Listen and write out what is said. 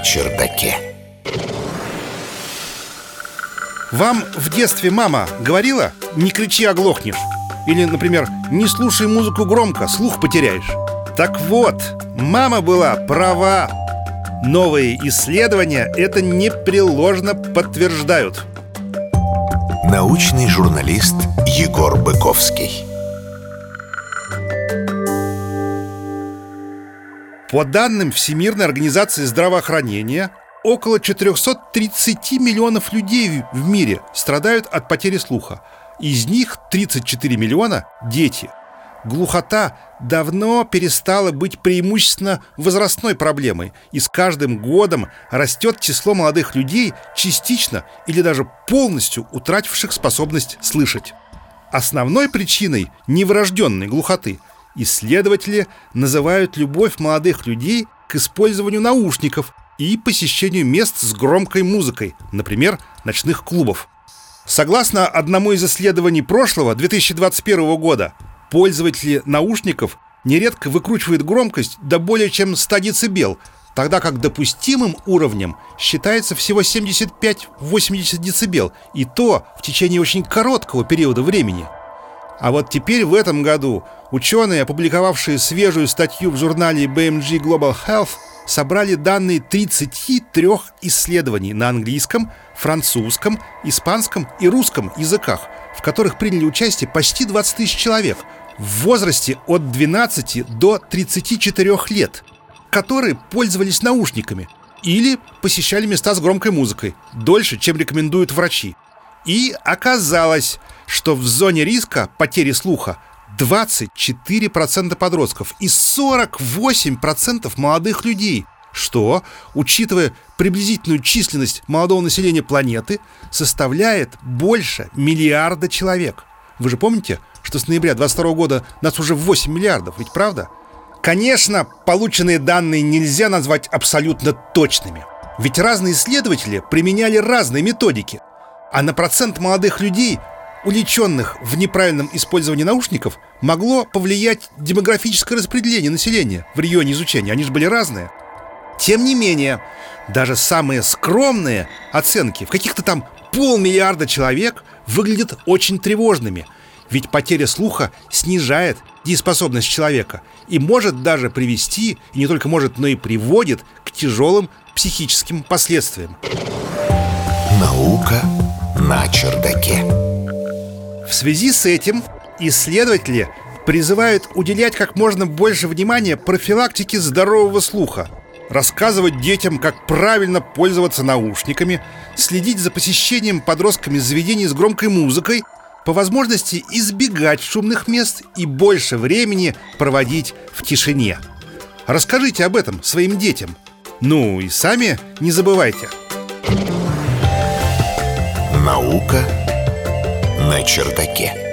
чердаке. Вам в детстве мама говорила: не кричи, оглохнешь? Или, например, не слушай музыку громко, слух потеряешь? Так вот, мама была права. Новые исследования это непреложно подтверждают. Научный журналист Егор Быковский. По данным Всемирной организации здравоохранения, около 430 миллионов людей в мире страдают от потери слуха. Из них 34 миллиона – дети. Глухота давно перестала быть преимущественно возрастной проблемой, и с каждым годом растет число молодых людей, частично или даже полностью утративших способность слышать. Основной причиной неврожденной глухоты исследователи называют любовь молодых людей к использованию наушников и посещению мест с громкой музыкой, например, ночных клубов. Согласно одному из исследований прошлого, 2021 года, пользователи наушников нередко выкручивают громкость до более чем 100 дБ, тогда как допустимым уровнем считается всего 75-80 дБ, и то в течение очень короткого периода времени. А вот теперь в этом году ученые, опубликовавшие свежую статью в журнале BMG Global Health, собрали данные 33 исследований на английском, французском, испанском и русском языках, в которых приняли участие почти 20 тысяч человек в возрасте от 12 до 34 лет, которые пользовались наушниками или посещали места с громкой музыкой дольше, чем рекомендуют врачи. И оказалось, что в зоне риска потери слуха 24% подростков и 48% молодых людей, что, учитывая приблизительную численность молодого населения планеты, составляет больше миллиарда человек. Вы же помните, что с ноября 2022 года нас уже 8 миллиардов, ведь правда? Конечно, полученные данные нельзя назвать абсолютно точными, ведь разные исследователи применяли разные методики, а на процент молодых людей, уличенных в неправильном использовании наушников, могло повлиять демографическое распределение населения в регионе изучения. Они же были разные. Тем не менее, даже самые скромные оценки в каких-то там 500 миллиарда человек выглядят очень тревожными. Ведь потеря слуха снижает дееспособность человека и может даже привести, и не только может, но и приводит к тяжелым психическим последствиям. Наука на чердаке. В связи с этим исследователи призывают уделять как можно больше внимания профилактике здорового слуха, рассказывать детям, как правильно пользоваться наушниками, следить за посещением подростками заведений с громкой музыкой, по возможности избегать шумных мест и больше времени проводить в тишине. Расскажите об этом своим детям. Ну и сами не забывайте. Наука на чердаке.